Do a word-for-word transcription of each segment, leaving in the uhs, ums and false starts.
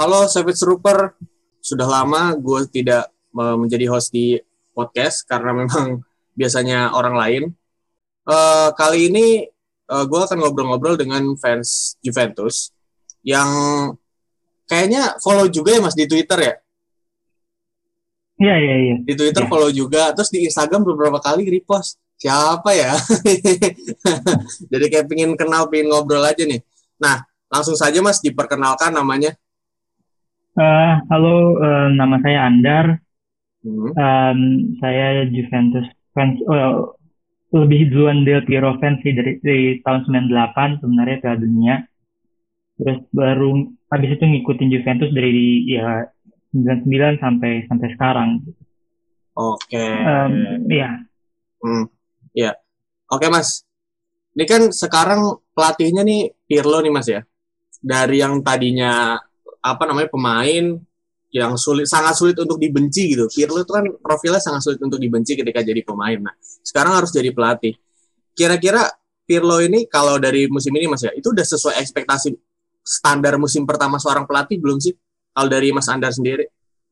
Halo Savage Trooper, sudah lama gue tidak uh, menjadi host di podcast karena memang biasanya orang lain. Uh, kali ini uh, gue akan ngobrol-ngobrol dengan fans Juventus yang kayaknya follow juga ya Mas di Twitter ya? Iya, iya, iya. Di Twitter Ya. follow juga, terus di Instagram beberapa kali repost. Siapa ya? Jadi kayak pengen kenal, pengen ngobrol aja nih. Nah, langsung saja Mas diperkenalkan namanya. Eh, halo, eh, nama saya Andar. Hmm. Em, saya Juventus fans. Oh, lebih duluan Del Piero fans sih dari, dari tahun sembilan puluh delapan sebenarnya Piala Dunia. Terus baru habis itu ngikutin Juventus dari ya sembilan puluh sembilan sampai sampai sekarang. Oke. Em, ya, Hmm. Ya. Oke Mas. Ini kan sekarang pelatihnya nih Pirlo nih Mas ya. Dari yang tadinya apa namanya pemain yang sulit sangat sulit untuk dibenci gitu. Pirlo itu kan profilnya sangat sulit untuk dibenci ketika jadi pemain. Nah, sekarang harus jadi pelatih. Kira-kira Pirlo ini kalau dari musim ini Mas ya, itu udah sesuai ekspektasi standar musim pertama seorang pelatih belum sih? Kalau dari Mas Andar sendiri?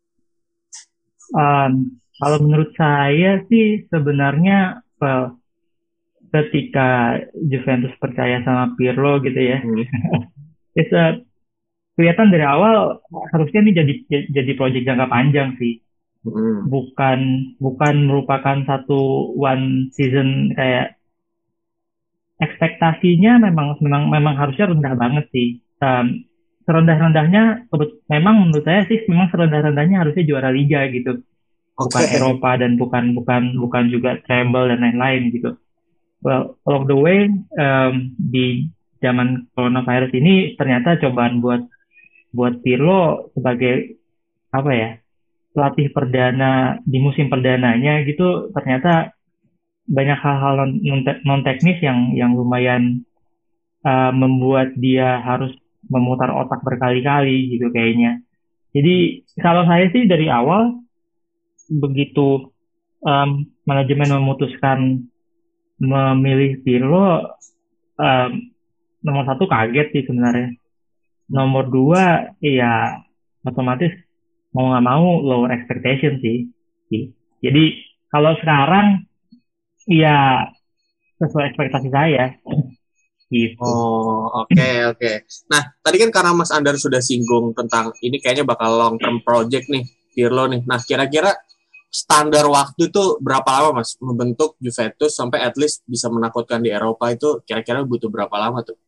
em, kalau menurut saya sih sebenarnya eh, ketika Juventus percaya sama Pirlo gitu ya, Hmm. it's a kelihatan dari awal harusnya ini jadi jadi proyek jangka panjang sih, Hmm. bukan bukan merupakan satu one season kayak ekspektasinya memang memang memang harusnya rendah banget sih. Um, serendah-rendahnya memang menurut saya sih memang serendah-rendahnya harusnya juara liga gitu, Oke. bukan Eropa dan bukan bukan bukan juga treble dan lain-lain gitu. Well, all of the way um, di zaman coronavirus ini ternyata cobaan buat buat Pirlo sebagai apa ya, pelatih perdana di musim perdananya gitu ternyata banyak hal-hal non, non teknis yang yang lumayan uh, membuat dia harus memutar otak berkali-kali gitu kayaknya. Jadi kalau saya sih dari awal begitu um, manajemen memutuskan memilih Pirlo, um, nomor satu kaget sih sebenarnya. Nomor dua ya otomatis mau nggak mau lower expectation sih. Jadi kalau sekarang ya sesuai ekspektasi saya gitu. Oh, oke okay, oke. Okay. Nah, tadi kan karena Mas Andar sudah singgung tentang ini kayaknya bakal long term project nih, Pirlo nih. Nah, kira-kira standar waktu itu berapa lama Mas membentuk Juventus sampai at least bisa menakutkan di Eropa itu kira-kira butuh berapa lama tuh?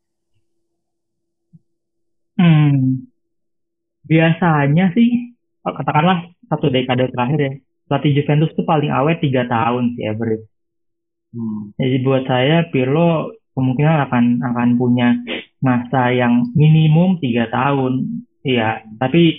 Hmm, biasanya sih katakanlah satu dekade terakhir ya. Pelatih Juventus tuh paling awet tiga tahun sih average. Hmm. Jadi buat saya Pirlo kemungkinan akan akan punya masa yang minimum tiga tahun. Iya, tapi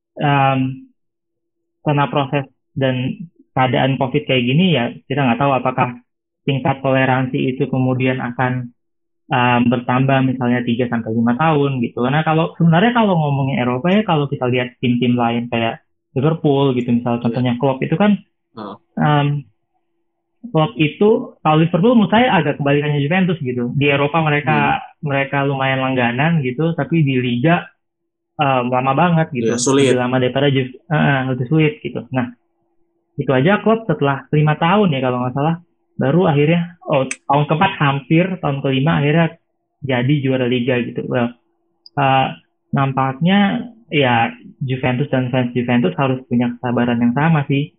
um, karena proses dan keadaan COVID kayak gini ya kita nggak tahu apakah tingkat toleransi itu kemudian akan um, bertambah misalnya tiga sampai lima tahun gitu. Karena kalau sebenarnya kalau ngomongin Eropa ya kalau kita lihat tim-tim lain kayak Liverpool gitu misalnya Yeah. contohnya Klopp itu kan Oh. um, Klopp itu kalau Liverpool menurut saya agak kebalikannya Juventus gitu. Di Eropa Hmm. mereka mereka lumayan langganan gitu, tapi di Liga um, lama banget Ya, gitu, lebih sulit. lama daripada Juve, uh, lebih sulit gitu. Nah itu aja Klopp setelah lima tahun ya kalau nggak salah, baru akhirnya oh tahun keempat hampir tahun kelima akhirnya jadi juara Liga gitu. Well, uh, nampaknya ya Juventus dan fans Juventus harus punya kesabaran yang sama sih.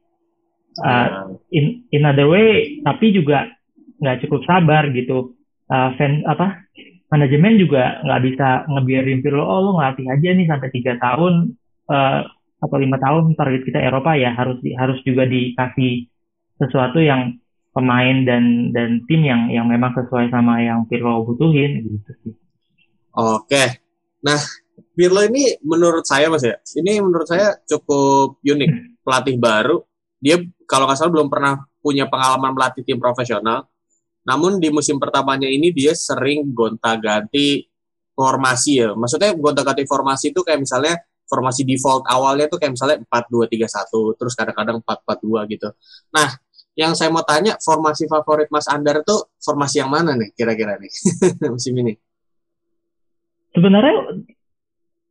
Uh, Ya. in in other way, tapi juga nggak cukup sabar gitu. Uh, fan apa manajemen juga nggak bisa ngebiarin Pirlo, oh lo ngelatih aja nih sampai tiga tahun uh, atau lima tahun target kita Eropa ya harus di, harus juga dikasih sesuatu yang pemain dan dan tim yang yang memang sesuai sama yang Pirlo butuhin gitu sih. Oke. Nah, Pirlo ini menurut saya Mas ya, ini menurut saya cukup unik. Pelatih baru, dia kalau nggak salah belum pernah punya pengalaman melatih tim profesional. Namun di musim pertamanya ini dia sering gonta-ganti formasi ya. Maksudnya gonta-ganti formasi itu kayak misalnya formasi default awalnya tuh kayak misalnya empat dua tiga satu, terus kadang-kadang empat empat dua gitu. Nah, yang saya mau tanya, formasi favorit Mas Andar tuh formasi yang mana nih kira-kira nih musim ini? Sebenarnya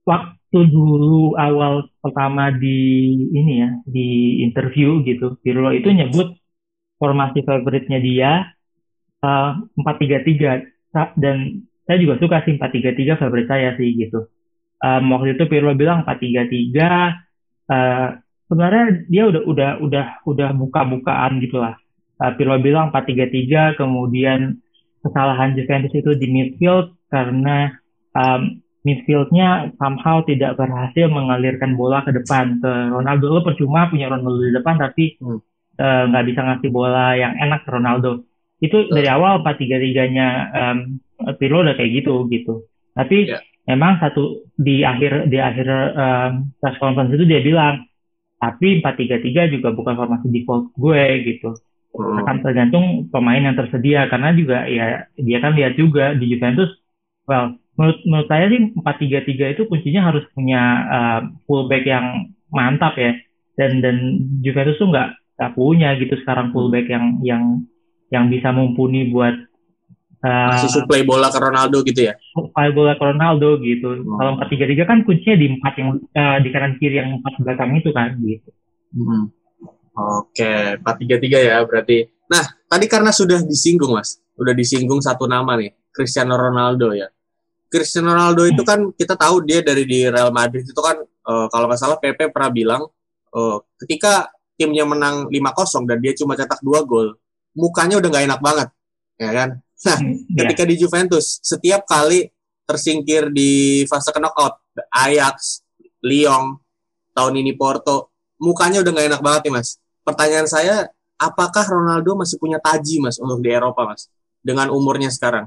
dulu awal pertama di ini ya, di interview gitu, Pirlo itu nyebut formasi favoritnya dia uh, empat tiga tiga. Dan saya juga suka sih empat tiga tiga favorit saya sih gitu. Um, waktu itu Pirlo bilang empat tiga tiga. Uh, sebenarnya dia udah udah udah udah buka-bukaan gitu lah. Uh, Pirlo bilang empat tiga tiga, kemudian kesalahan Juventus itu di midfield karena um, midfieldnya somehow tidak berhasil mengalirkan bola ke depan ke Ronaldo. Lo percuma punya Ronaldo di depan tapi Hmm. eh, nggak bisa ngasih bola yang enak ke Ronaldo. Itu dari Betul. awal empat tiga tiganya um, Pirlo udah kayak gitu gitu. Tapi Ya. memang satu di akhir di akhir um, press conference itu dia bilang, tapi empat tiga tiga juga bukan formasi default gue gitu. Hmm. Akan tergantung pemain yang tersedia karena juga ya dia kan lihat juga di Juventus, well menurut menurut saya sih empat tiga tiga itu kuncinya harus punya uh, fullback yang mantap ya, dan dan Juventus tuh nggak nggak punya gitu sekarang Hmm. fullback yang yang yang bisa mumpuni buat Masih uh, suplai bola ke Ronaldo gitu ya. five bola ke Ronaldo gitu. Kalau empat Hmm. tiga tiga kan kuncinya di empat yang uh, di kanan kiri yang empat belakang itu kan gitu. Hmm. Oke, empat tiga tiga ya berarti. Nah, tadi karena sudah disinggung Mas, udah disinggung satu nama nih, Cristiano Ronaldo ya. Cristiano Ronaldo itu kan kita tahu dia dari di Real Madrid itu kan uh, kalau nggak salah Pepe pernah bilang uh, ketika timnya menang lima kosong dan dia cuma cetak dua gol, mukanya udah nggak enak banget, ya kan? Nah, Hmm, ketika ya. di Juventus setiap kali tersingkir di fase knockout, Ajax, Lyon, tahun ini Porto, mukanya udah nggak enak banget nih Mas. Pertanyaan saya, apakah Ronaldo masih punya taji Mas untuk di Eropa Mas? Dengan umurnya sekarang.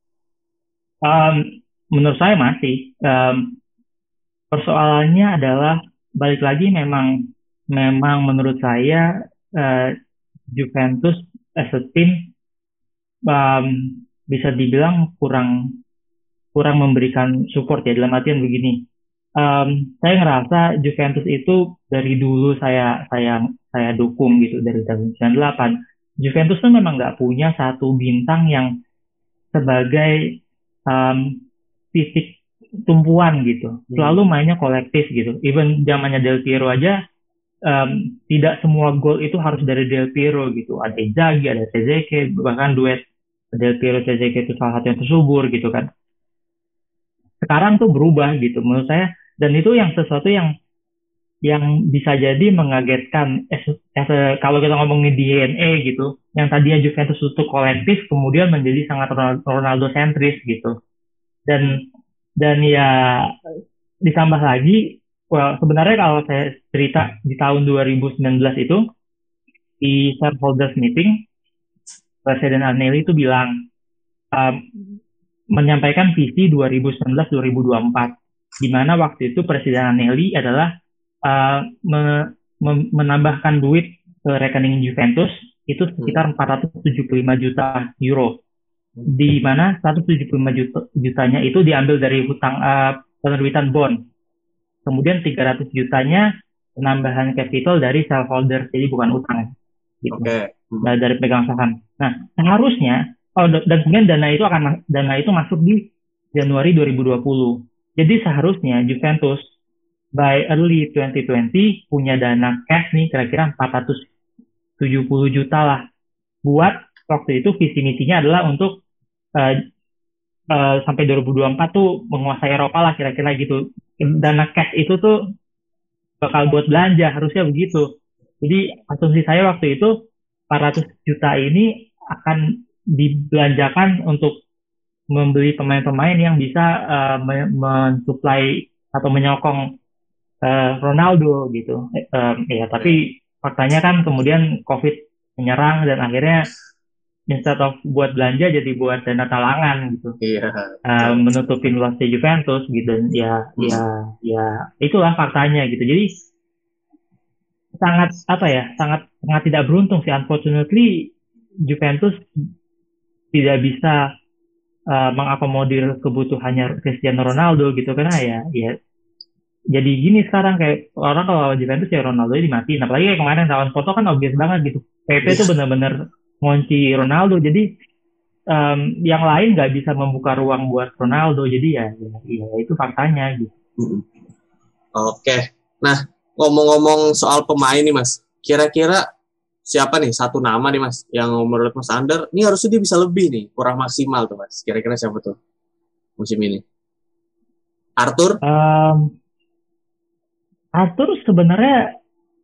Um, menurut saya masih. Um, persoalannya adalah balik lagi memang memang menurut saya uh, Juventus as a team um, bisa dibilang kurang kurang memberikan support ya, dalam artian begini. Um, saya ngerasa Juventus itu dari dulu saya saya saya dukung gitu dari tahun sembilan puluh delapan. Juventus tuh memang nggak punya satu bintang yang sebagai um, titik tumpuan gitu. Selalu mainnya kolektif gitu. Even zamannya Del Piero aja um, tidak semua gol itu harus dari Del Piero gitu. Ada Inzaghi, ada Trezeguet, bahkan duet Del Piero Trezeguet itu salah satu yang tersubur gitu kan. Sekarang tuh berubah gitu menurut saya, dan itu yang sesuatu yang yang bisa jadi mengagetkan eh, eh, kalau kita ngomongin D N A gitu, yang tadinya Juventus itu kolektif kemudian menjadi sangat Ronaldo sentris gitu. Dan dan ya ditambah lagi, well, sebenarnya kalau saya cerita di tahun dua ribu sembilan belas itu di shareholders meeting, Presiden Agnelli itu bilang um, menyampaikan visi dua ribu sembilan belas dua ribu dua puluh empat, di mana waktu itu Presiden Agnelli adalah uh, me, me, menambahkan duit ke rekening Juventus itu sekitar empat ratus tujuh puluh lima juta euro, di mana seratus tujuh puluh lima juta, jutanya itu diambil dari hutang uh, penerbitan bond, kemudian tiga ratus jutanya penambahan capital dari shareholder, jadi bukan utang gitu. Oke. Nah, dari pegang saham. Nah, seharusnya oh, dan kemudian dana itu akan dana itu masuk di Januari dua ribu dua puluh. Jadi seharusnya Juventus by early dua ribu dua puluh punya dana cash nih kira-kira empat ratus tujuh puluh juta lah. Buat waktu itu visi misinya adalah untuk uh, uh, sampai dua ribu dua puluh empat tuh menguasai Eropa lah kira-kira gitu. Dana cash itu tuh bakal buat belanja, harusnya begitu. Jadi asumsi saya waktu itu empat ratus juta ini akan dibelanjakan untuk membeli pemain-pemain yang bisa uh, mensuplai atau menyokong uh, Ronaldo gitu. Uh, ya, tapi faktanya kan kemudian COVID menyerang dan akhirnya instead of buat belanja jadi buat dana talangan gitu. Iya. Uh, menutupin losnya Juventus gitu. Dan ya, hmm. ya, ya itulah faktanya gitu. Jadi sangat apa ya, sangat sangat tidak beruntung sih. Unfortunately, Juventus tidak bisa uh, mengakomodir kebutuhannya Cristiano Ronaldo gitu, karena ya, ya jadi gini sekarang kayak orang kalau Juventus ya Ronaldo dimatiin. Apalagi kayak kemarin lawan Porto kan obvious banget gitu. Pepe tuh benar-benar ngunci Ronaldo. Jadi um, yang lain nggak bisa membuka ruang buat Ronaldo. Jadi ya, ya, ya itu faktanya gitu. Oke. Nah, ngomong-ngomong soal pemain nih Mas, kira-kira siapa nih satu nama nih Mas yang menurut Mas Ander ini harusnya dia bisa lebih nih, kurang maksimal tuh Mas. Kira-kira siapa tuh musim ini? Arthur? Um, Arthur sebenarnya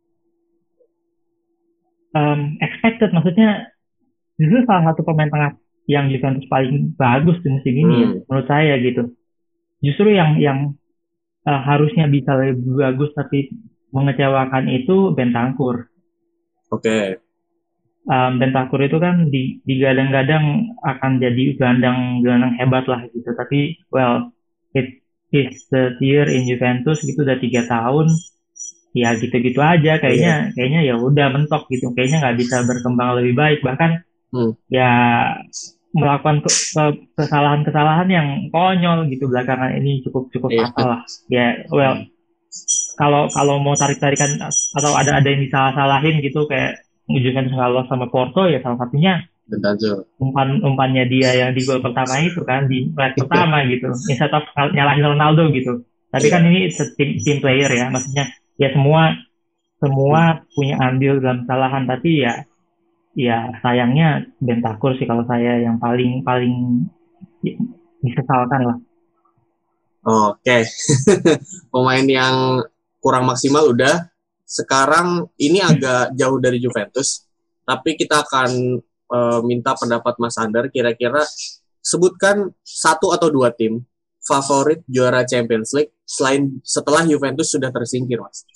um, expected, maksudnya justru salah satu pemain tengah yang Juventus paling bagus di musim ini ya, Hmm, menurut saya gitu. Justru yang yang uh, harusnya bisa lebih bagus tapi mengecewakan itu Bentancur. oke. Um, Bentancur itu kan di, digadang-gadang akan jadi gelandang-gelandang hebat lah gitu. Tapi well, it his third year in Juventus gitu udah tiga tahun, ya gitu-gitu aja. Iya. Kayaknya kayaknya ya udah mentok gitu. Kayaknya nggak bisa berkembang lebih baik. Bahkan Hmm, ya melakukan ke- ke- kesalahan-kesalahan yang konyol gitu belakangan ini cukup cukup iya. fatal lah. Ya well, kalau kalau mau tarik-tarikan atau ada ada yang disalah-salahin gitu kayak Juventus nggak lolos sama Porto, ya salah satunya Bentancur. umpan umpannya dia yang di gol pertama itu kan di leg pertama gitu, instead of nyalahin Ronaldo gitu. Tapi kan Iya. ini tim team player ya, maksudnya ya semua Hmm, semua punya andil dalam kesalahan, tapi ya ya sayangnya Bentancur sih kalau saya yang paling paling disesalkan lah. Oke. Pemain yang kurang maksimal udah. Sekarang ini agak jauh dari Juventus, tapi kita akan eh, minta pendapat Mas Ander. Kira-kira sebutkan satu atau dua tim favorit juara Champions League selain setelah Juventus sudah tersingkir, Mas.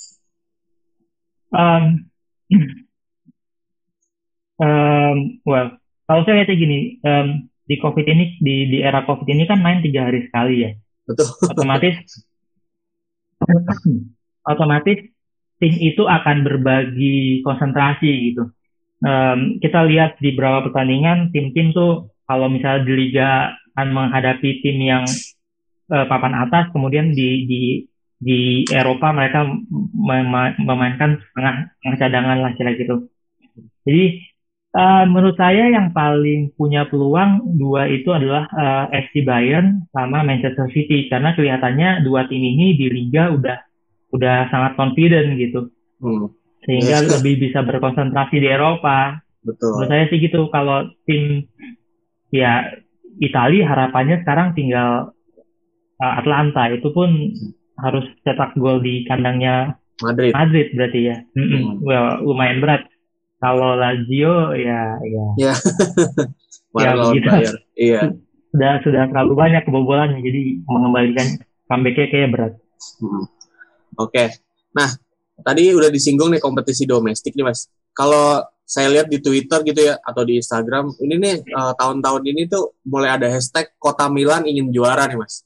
Um, um, well, kalau saya lihatnya gini, um, di COVID ini, di di era COVID ini kan main tiga hari sekali ya. Betul. Otomatis, otomatis tim itu akan berbagi konsentrasi gitu. Um, kita lihat di beberapa pertandingan tim-tim tuh kalau misalnya di liga akan menghadapi tim yang uh, papan atas, kemudian di di di Eropa mereka mema- memainkan setengah setengah cadangan lah kira gitu. Jadi uh, menurut saya yang paling punya peluang dua itu adalah uh, F C Bayern sama Manchester City, karena kelihatannya dua tim ini di liga udah udah sangat confident gitu, Hmm. Ya, sehingga lebih bisa berkonsentrasi di Eropa. Menurut betul. saya sih gitu. Kalau tim ya Italia harapannya sekarang tinggal uh, Atlanta, itu pun harus cetak gol di kandangnya Madrid. Madrid berarti ya. Mm-mm. Hmm. Well, lumayan berat. Kalau Lazio ya ya Ya, ya kemarin lawan begitu. Bayern. Iya. Sudah sudah terlalu banyak kebobolannya, jadi mengembalikan comeback-nya kayak berat. Hmm. Oke. Nah, tadi udah disinggung nih kompetisi domestik nih Mas. Kalau saya lihat di Twitter gitu ya atau di Instagram, ini nih eh, tahun-tahun ini tuh mulai ada hashtag Kota Milan ingin juara nih Mas.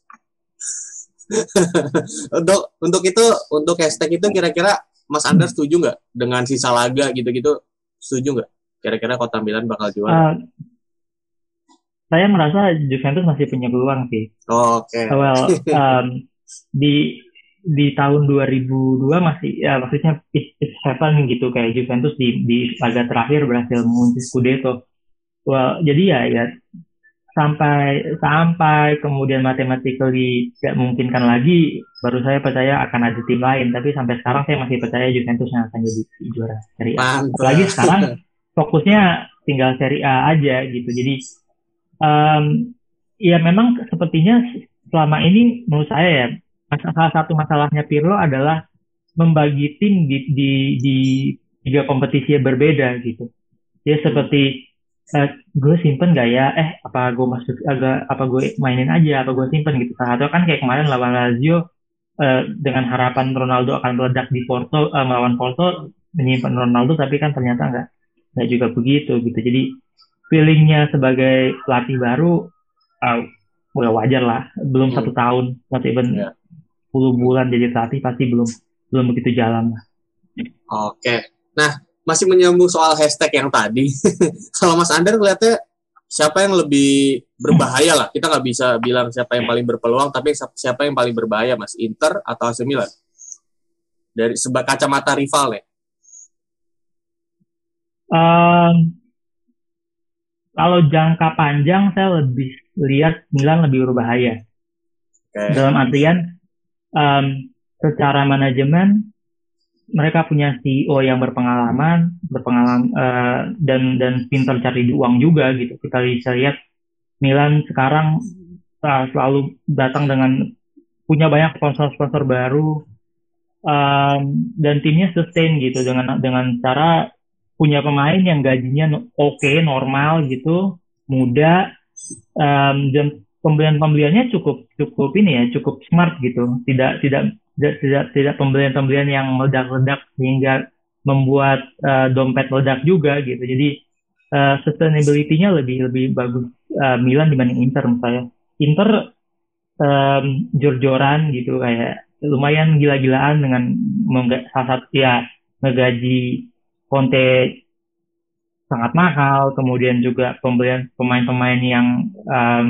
untuk untuk itu untuk hashtag itu kira-kira Mas Andar setuju nggak dengan sisa laga gitu-gitu? Setuju nggak? Kira-kira Kota Milan bakal juara? Uh, saya merasa Juventus masih punya peluang sih. Oke. Well, um, di di tahun dua ribu dua masih ya, maksudnya it, it happen gitu, kayak Juventus di di laga terakhir berhasil mengunci Scudetto. Well, jadi ya ya sampai sampai kemudian mathematically tidak memungkinkan lagi, baru saya percaya akan ada tim lain. Tapi sampai sekarang saya masih percaya Juventus yang akan jadi juara Serie A. Apalagi Mantap. sekarang fokusnya tinggal Serie A aja gitu. Jadi um, ya memang sepertinya selama ini menurut saya ya, salah satu masalahnya Pirlo adalah membagi tim di di di tiga kompetisi yang berbeda gitu. Dia Hmm. seperti eh, gue simpen gak ya? Eh apa gue masuk agak apa gue mainin aja? Apa gue simpen gitu? Salah satu kan kayak kemarin lawan Lazio, eh, dengan harapan Ronaldo akan meledak di Porto, eh, melawan Porto, menyimpan Ronaldo, tapi kan ternyata nggak nggak juga begitu gitu. Jadi feelingnya sebagai pelatih baru, uh, udah wajar lah. Belum Hmm. satu tahun, not even Ya. sepuluh bulan jadi pelatih, pasti belum belum begitu jalan lah. Oke. Nah, masih menyambung soal hashtag yang tadi. Kalau Mas Ander ngeliatnya siapa yang lebih berbahaya lah? Kita nggak bisa bilang siapa yang paling berpeluang, tapi siapa yang paling berbahaya, Mas? Inter atau A C Milan? Dari sebagai kacamata rival ya. Um, Kalau jangka panjang saya lebih lihat Milan lebih berbahaya. Oke. Dalam artian um, secara manajemen mereka punya C E O yang berpengalaman, berpengalaman eh, dan dan pintar cari uang juga gitu. Kita bisa lihat Milan sekarang uh, selalu datang dengan punya banyak sponsor-sponsor baru, um, dan timnya sustain gitu dengan dengan cara punya pemain yang gajinya no- oke, normal gitu, muda, um, dan pembelian-pembeliannya cukup cukup ini ya, cukup smart gitu. Tidak tidak tidak tidak, tidak pembelian-pembelian yang meledak-ledak sehingga membuat uh, dompet meledak juga gitu. Jadi uh, sustainability-nya lebih lebih bagus uh, Milan dibanding Inter menurut saya. Inter um, jor-joran gitu, kayak lumayan gila-gilaan dengan mengga- salah satu ya ngegaji Conte sangat mahal, kemudian juga pembelian pemain-pemain yang um,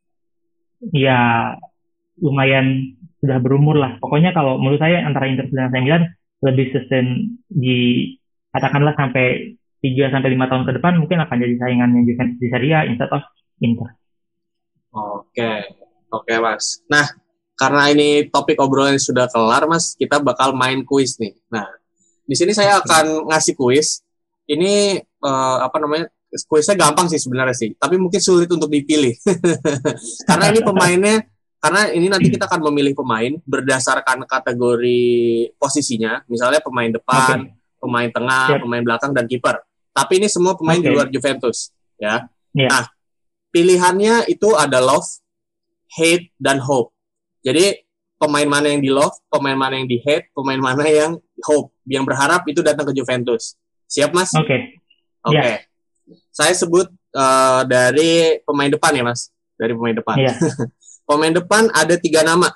ya lumayan sudah berumur lah. Pokoknya kalau menurut saya antara Inter dan A C Milan lebih sustain di katakanlah sampai tiga sampai lima tahun ke depan mungkin akan jadi saingannya Juventus di Serie A instead of Inter. Oke, oke Mas. Nah, karena ini topik obrolan sudah kelar Mas, kita bakal main kuis nih. Nah, di sini saya akan ngasih kuis. Ini eh, apa namanya? Kuisnya gampang sih sebenarnya sih, tapi mungkin sulit untuk dipilih. Karena ini pemainnya, karena ini nanti kita akan memilih pemain berdasarkan kategori posisinya, misalnya pemain depan, Oke, pemain tengah, siap. pemain belakang dan kiper. Tapi ini semua pemain di Oke, luar Juventus, ya. ya. Nah, pilihannya itu ada love, hate, dan hope. Jadi pemain mana yang di love, pemain mana yang di hate, pemain mana yang hope, yang berharap itu datang ke Juventus. Siap Mas? Oke, Oke. ya, Saya sebut eh, dari pemain depan ya Mas. Dari pemain depan. ya. Pemain depan ada tiga nama.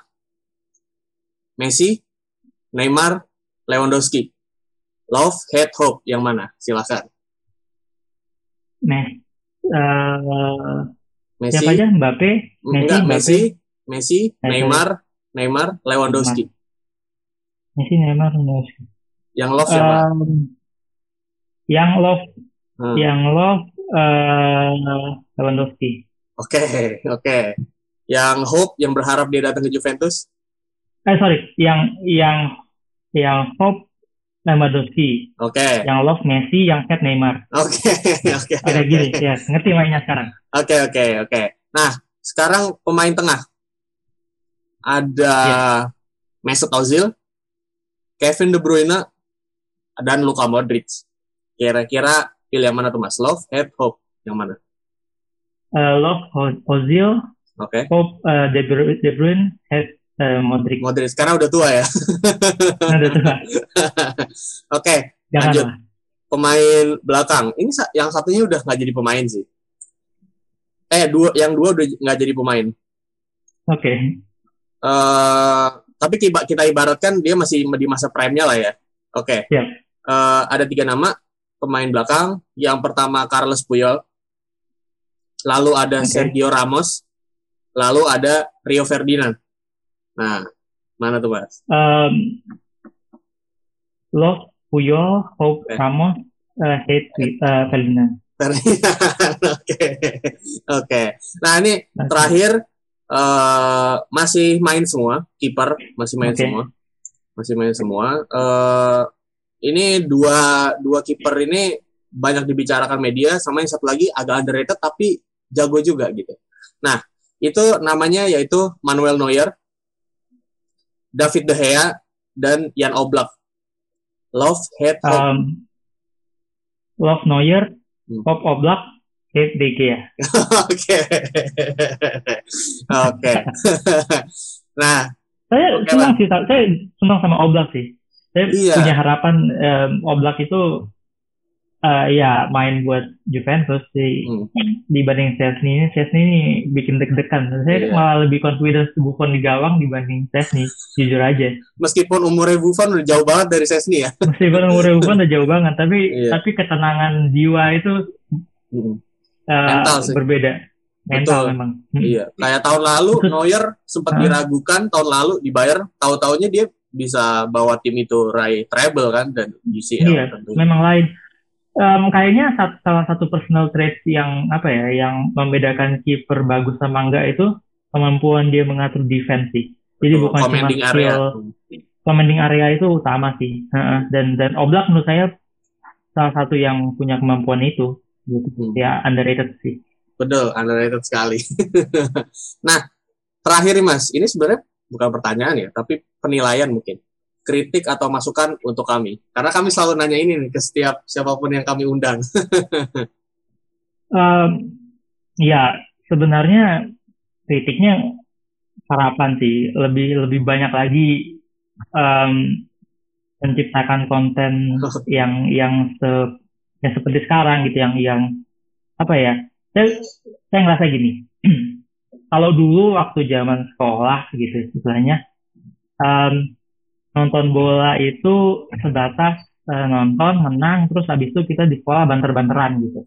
Messi, Neymar, Lewandowski. Love, hate, hope. Yang mana? Silakan. Nah, eh siapa Messi, aja? Mbappe, Messi, enggak Mbappe, Messi, Messi, eh, sorry, Neymar, Neymar, Lewandowski. Neymar. Messi, Neymar, Lewandowski. Yang love siapa? Um, yang love, Hmm. yang love eh Lewandowski. Oke, oke. Yang hope, yang berharap dia datang ke Juventus. Eh sorry, yang yang yang hope Lewandowski, Oke, yang love Messi, yang hate Neymar. oke, oke, Oke, oke. gini, ya, ngerti mainnya sekarang. Oke, oke, oke. Nah, sekarang pemain tengah. Ada Ya, Mesut Ozil, Kevin De Bruyne, dan Luka Modric. Kira-kira pilih yang mana tuh Mas? Love, hate, hope. Yang mana? eh, love Ho- Ozil, Oke. hope eh, De Bruyne, De Bruyne, hate eh, Modric. Modric. Karena udah tua ya. Nah, udah tua. Oke, lanjut. Janganlah. Pemain belakang. Ini sa- yang satunya udah nggak jadi pemain sih. Eh, dua, yang dua udah nggak jadi pemain. Oke. Eh, tapi kita, kita ibaratkan dia masih di masa prime-nya lah ya. Oke. Ya. Eh, ada tiga nama pemain belakang. Yang pertama Carles Puyol, lalu ada Oke. Sergio Ramos, lalu ada Rio Ferdinand. Nah, mana tuh Mas? Um, love Puyol, hope Eh. Ramos, eh, hate eh, Ferdinand. Ferdinand. Oke, oke. Nah ini Oke. terakhir eh, masih main semua, kiper masih main Oke. semua, masih main semua. Eh, ini dua dua kiper ini banyak dibicarakan media, sama yang satu lagi agak underrated tapi jago juga gitu. Nah itu namanya yaitu Manuel Neuer, David De Gea, dan Jan Oblak. Love, hate, hope. Um, love Neuer, Hmm. hope Oblak, hate De Gea. Oke, oke. Nah, Saya Oke, senang sih, saya senang sama Oblak sih. Saya Iya. punya harapan em, Oblak itu eh, ya main buat Juventus sih. Hmm. Dibanding Szczesny ini, Szczesny ini bikin deg-degan. Saya Iya. malah lebih confidence Buffon di gawang dibanding Szczesny, jujur aja. Meskipun umurnya Buffon udah jauh banget dari Szczesny ya. Meskipun umurnya Buffon udah jauh banget, tapi Iya. tapi ketenangan jiwa itu Hmm. eh, Mental sih. berbeda. Mental Betul. memang. Hmm. Iya, kayak tahun lalu Terus- Neuer sempat Hah? diragukan, tahun lalu dibayar, tahu-taunya dia bisa bawa tim itu raih treble kan dan U C L Iya, tentunya. memang lain. Em, kayaknya sat- salah satu personal trait yang apa ya, yang membedakan kiper bagus sama enggak itu kemampuan dia mengatur defense sih. Jadi Betul, bukan cuma commanding skill area. commanding area itu utama sih. Heeh. dan dan Oblak menurut saya salah satu yang punya kemampuan itu gitu. Hmm. Ya underrated sih. Betul, underrated sekali. Nah, terakhir nih Mas, ini sebenarnya bukan pertanyaan ya, tapi penilaian mungkin. Kritik atau masukan untuk kami. Karena kami selalu nanya ini nih ke setiap siapapun yang kami undang. Um, ya sebenarnya kritiknya harapan sih lebih lebih banyak lagi um, menciptakan konten yang yang se yang seperti sekarang gitu yang yang apa ya saya saya ngerasa gini kalau dulu waktu zaman sekolah gitu istilahnya um, nonton bola itu sebatas uh, nonton menang terus habis itu kita di sekolah banter-banteran gitu.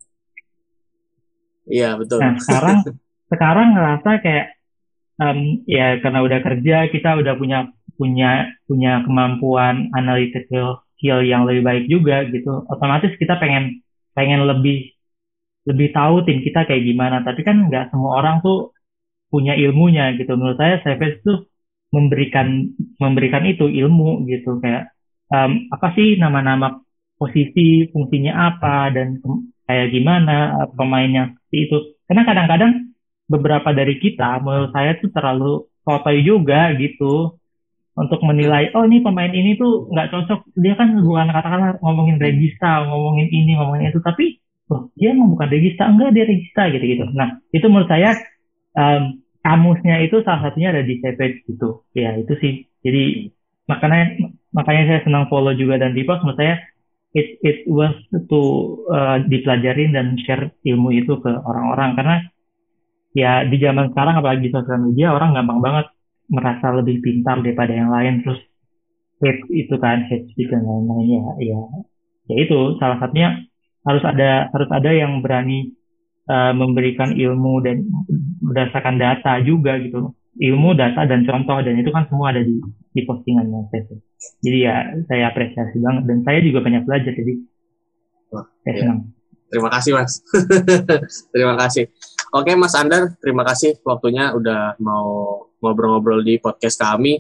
Iya, betul. Nah sekarang sekarang ngerasa kayak um, ya karena udah kerja kita udah punya punya punya kemampuan analytical skill yang lebih baik juga gitu otomatis kita pengen pengen lebih lebih tahu tim kita kayak gimana tapi kan nggak semua orang tuh punya ilmunya gitu menurut saya Savage tuh memberikan memberikan itu ilmu gitu kayak um, apa sih nama-nama posisi fungsinya apa dan ke- kayak gimana uh, pemainnya seperti itu karena kadang-kadang beberapa dari kita menurut saya tuh terlalu sotoy juga gitu untuk menilai oh ini pemain ini tuh nggak cocok dia kan bukan katakanlah ngomongin regista ngomongin ini ngomongin itu tapi oh, dia emang bukan regista enggak dia regista gitu gitu nah itu menurut saya um, kamusnya itu salah satunya ada di Savage gitu ya itu sih jadi makanya makanya saya senang follow juga dan repost menurut saya it it was to uh, dipelajarin dan share ilmu itu ke orang-orang karena ya di zaman sekarang apalagi di sosial media orang gampang banget merasa lebih pintar daripada yang lain terus hate itu kan hate speech dan lain-lain ya ya ya itu salah satunya harus ada harus ada yang berani uh, memberikan ilmu dan berdasarkan data juga gitu ilmu data dan contoh dan itu kan semua ada di di postingannya saya jadi ya saya apresiasi banget dan saya juga banyak belajar jadi Wah, saya ya. senang. Terima kasih Mas. Terima kasih. Oke Mas Andar, terima kasih waktunya udah mau ngobrol-ngobrol di podcast kami.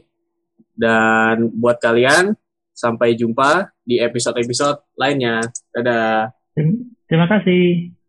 Dan buat kalian, sampai jumpa di episode-episode lainnya. Dadah. Terima kasih.